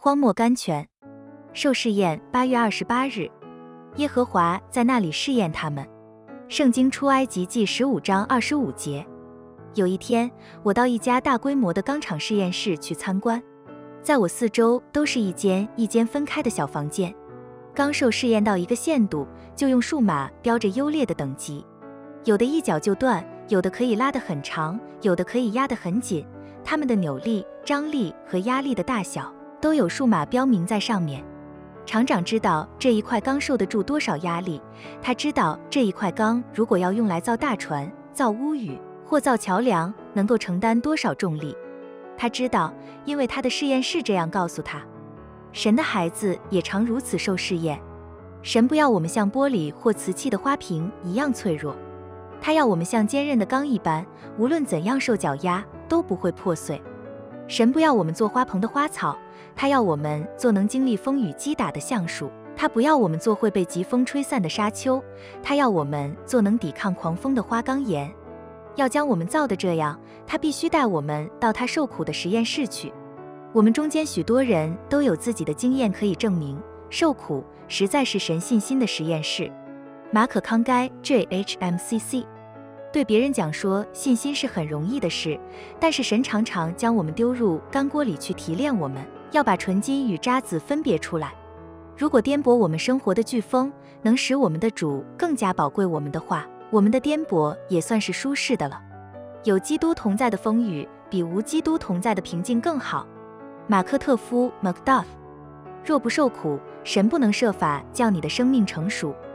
荒漠甘泉。受试验8月28日，耶和华在那里试验他们。圣经出埃及记15章25节。有一天，我到一家大规模的钢厂实验室去参观，在我四周都是一间一间分开的小房间。钢受试验到一个限度，就用数码标着优劣的等级，有的一脚就断，有的可以拉得很长，有的可以压得很紧，它们的扭力、张力和压力的大小都有数码标明在上面。厂长知道这一块钢受得住多少压力，他知道这一块钢如果要用来造大船、造屋宇或造桥梁，能够承担多少重力。他知道，因为他的实验室这样告诉他。神的孩子也常如此受试验。神不要我们像玻璃或瓷器的花瓶一样脆弱，他要我们像坚韧的钢一般，无论怎样受绞压都不会破碎。神不要我们做花棚的花草，他要我们做能经历风雨击打的橡树。他不要我们做会被疾风吹散的沙丘，他要我们做能抵抗狂风的花岗岩。要将我们造的这样，他必须带我们到他受苦的实验室去。我们中间许多人都有自己的经验可以证明，受苦实在是神信心的实验室。马可康该 JHMCC。 对别人讲说信心是很容易的事，但是神常常将我们丢入干锅里去提炼我们，要把纯金与渣子分别出来。如果颠簸我们生活的飓风能使我们的主更加宝贵我们的话，我们的颠簸也算是舒适的了。有基督同在的风雨比无基督同在的平静更好。马克特夫 Macduff。 若不受苦，神不能设法叫你的生命成熟。